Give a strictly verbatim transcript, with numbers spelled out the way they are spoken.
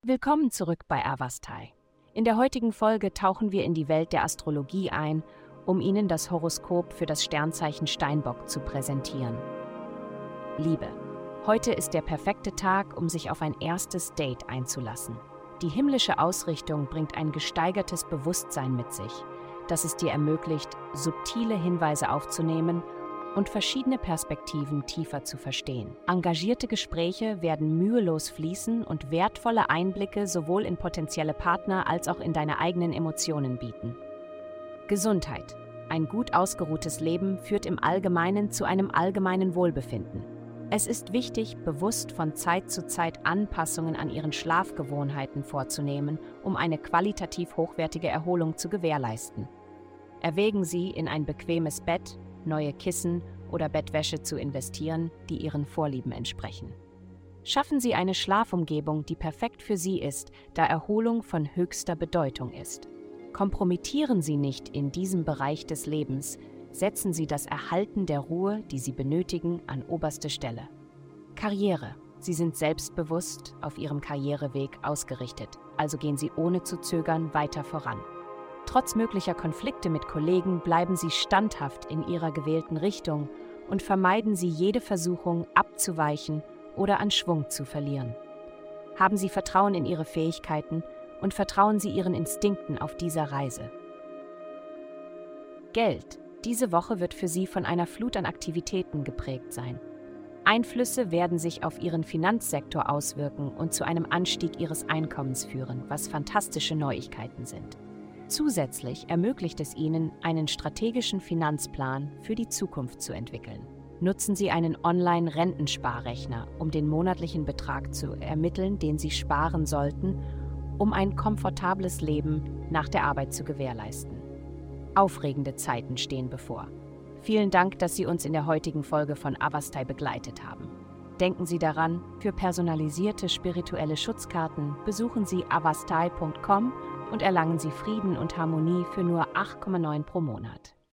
Willkommen zurück bei Avastai. In der heutigen Folge tauchen wir in die Welt der Astrologie ein, um Ihnen das Horoskop für das Sternzeichen Steinbock zu präsentieren. Liebe. Heute ist der perfekte Tag, um sich auf ein erstes Date einzulassen. Die himmlische Ausrichtung bringt ein gesteigertes Bewusstsein mit sich, das es dir ermöglicht, subtile Hinweise aufzunehmen und verschiedene Perspektiven tiefer zu verstehen. Engagierte Gespräche werden mühelos fließen und wertvolle Einblicke sowohl in potenzielle Partner als auch in deine eigenen Emotionen bieten. Gesundheit. Ein gut ausgeruhtes Leben führt im Allgemeinen zu einem allgemeinen Wohlbefinden. Es ist wichtig, bewusst von Zeit zu Zeit Anpassungen an ihren Schlafgewohnheiten vorzunehmen, um eine qualitativ hochwertige Erholung zu gewährleisten. Erwägen Sie, in ein bequemes Bett, neue Kissen oder Bettwäsche zu investieren, die Ihren Vorlieben entsprechen. Schaffen Sie eine Schlafumgebung, die perfekt für Sie ist, da Erholung von höchster Bedeutung ist. Kompromittieren Sie nicht in diesem Bereich des Lebens, setzen Sie das Erhalten der Ruhe, die Sie benötigen, an oberste Stelle. Karriere. Sie sind selbstbewusst auf Ihrem Karriereweg ausgerichtet, also gehen Sie ohne zu zögern weiter voran. Trotz möglicher Konflikte mit Kollegen bleiben Sie standhaft in Ihrer gewählten Richtung und vermeiden Sie jede Versuchung, abzuweichen oder an Schwung zu verlieren. Haben Sie Vertrauen in Ihre Fähigkeiten und vertrauen Sie Ihren Instinkten auf dieser Reise. Geld. Diese Woche wird für Sie von einer Flut an Aktivitäten geprägt sein. Einflüsse werden sich auf Ihren Finanzsektor auswirken und zu einem Anstieg Ihres Einkommens führen, was fantastische Neuigkeiten sind. Zusätzlich ermöglicht es Ihnen, einen strategischen Finanzplan für die Zukunft zu entwickeln. Nutzen Sie einen Online-Rentensparrechner, um den monatlichen Betrag zu ermitteln, den Sie sparen sollten, um ein komfortables Leben nach der Arbeit zu gewährleisten. Aufregende Zeiten stehen bevor. Vielen Dank, dass Sie uns in der heutigen Folge von Avastai begleitet haben. Denken Sie daran, für personalisierte spirituelle Schutzkarten besuchen Sie avastai punkt com und erlangen Sie Frieden und Harmonie für nur acht Komma neun pro Monat.